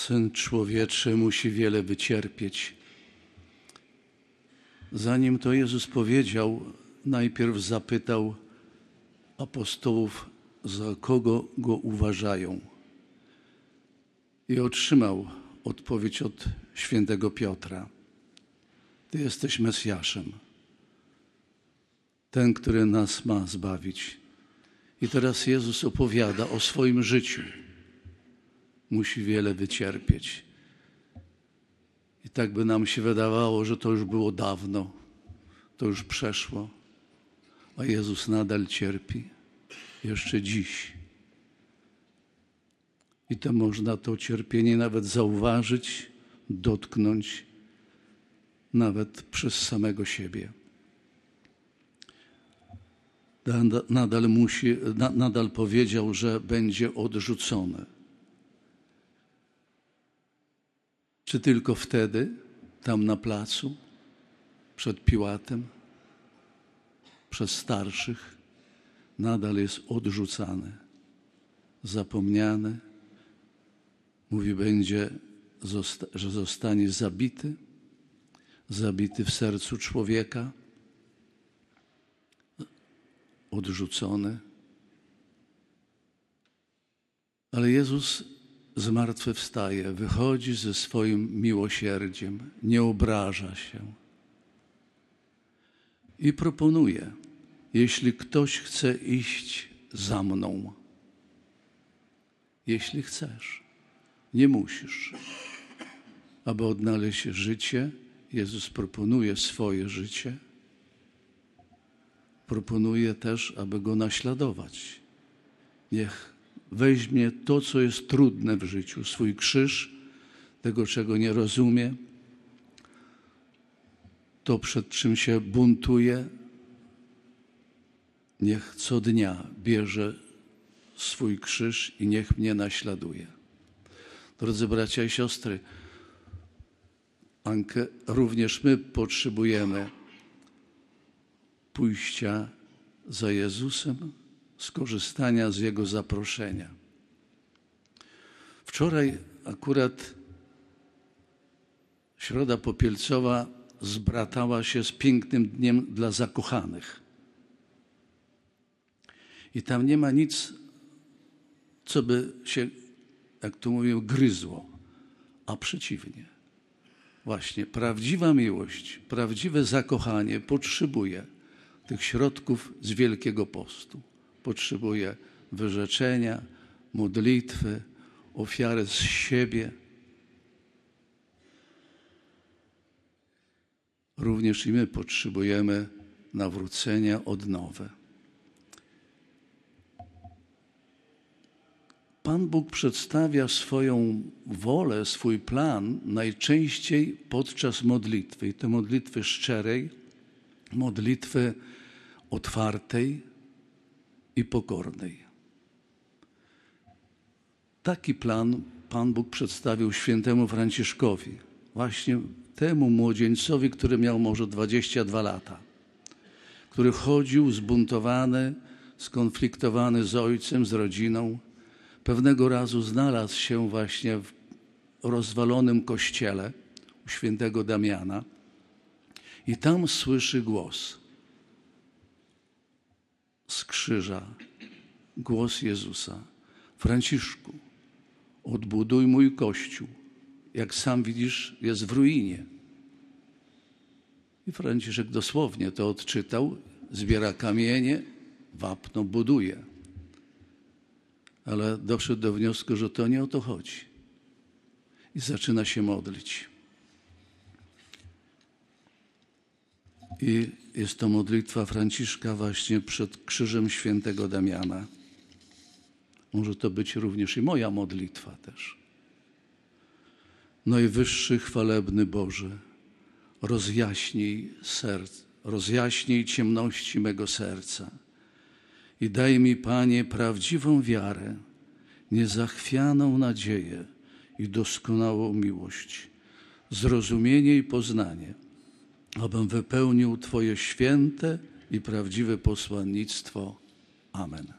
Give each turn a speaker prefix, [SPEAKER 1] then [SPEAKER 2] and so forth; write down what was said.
[SPEAKER 1] Syn Człowieczy musi wiele wycierpieć. Zanim to Jezus powiedział, najpierw zapytał apostołów, za kogo go uważają. I otrzymał odpowiedź od świętego Piotra. Ty jesteś Mesjaszem, ten, który nas ma zbawić. I teraz Jezus opowiada o swoim życiu. Musi wiele wycierpieć. I tak by nam się wydawało, że to już było dawno, to już przeszło, a Jezus nadal cierpi, jeszcze dziś. I to można to cierpienie nawet zauważyć, dotknąć, nawet przez samego siebie. Nadal powiedział, że będzie odrzucony. Czy tylko wtedy, tam na placu, przed Piłatem, przez starszych, nadal jest odrzucany, zapomniany. Mówi, że zostanie zabity w sercu człowieka, odrzucony. Ale Jezus zmartwychwstaje, wychodzi ze swoim miłosierdziem, nie obraża się i proponuje, jeśli ktoś chce iść za mną, jeśli chcesz, nie musisz. Aby odnaleźć życie, Jezus proponuje swoje życie, proponuje też, aby Go naśladować. Niech weźmie to, co jest trudne w życiu, swój krzyż, tego, czego nie rozumie, to, przed czym się buntuje. Niech co dnia bierze swój krzyż i niech mnie naśladuje. Drodzy bracia i siostry, również my potrzebujemy pójścia za Jezusem, skorzystania z Jego zaproszenia. Wczoraj akurat Środa Popielcowa zbratała się z pięknym dniem dla zakochanych. I tam nie ma nic, co by się, jak tu mówię, gryzło, a przeciwnie. Właśnie prawdziwa miłość, prawdziwe zakochanie potrzebuje tych środków z Wielkiego Postu. Potrzebuje wyrzeczenia, modlitwy, ofiary z siebie. Również i my potrzebujemy nawrócenia, odnowy. Pan Bóg przedstawia swoją wolę, swój plan najczęściej podczas modlitwy. I to modlitwy szczerej, modlitwy otwartej i pokornej. Taki plan Pan Bóg przedstawił świętemu Franciszkowi, właśnie temu młodzieńcowi, który miał może 22 lata, który chodził zbuntowany, skonfliktowany z ojcem, z rodziną. Pewnego razu znalazł się właśnie w rozwalonym kościele u świętego Damiana i tam słyszy głos z krzyża, głos Jezusa. Franciszku, odbuduj mój Kościół. Jak sam widzisz, jest w ruinie. I Franciszek dosłownie to odczytał, zbiera kamienie, wapno buduje. Ale doszedł do wniosku, że to nie o to chodzi. I zaczyna się modlić. I jest to modlitwa Franciszka właśnie przed krzyżem świętego Damiana. Może to być również i moja modlitwa też. Najwyższy chwalebny Boże, rozjaśnij ciemności mego serca i daj mi, Panie, prawdziwą wiarę, niezachwianą nadzieję i doskonałą miłość, zrozumienie i poznanie, abym wypełnił Twoje święte i prawdziwe posłannictwo. Amen.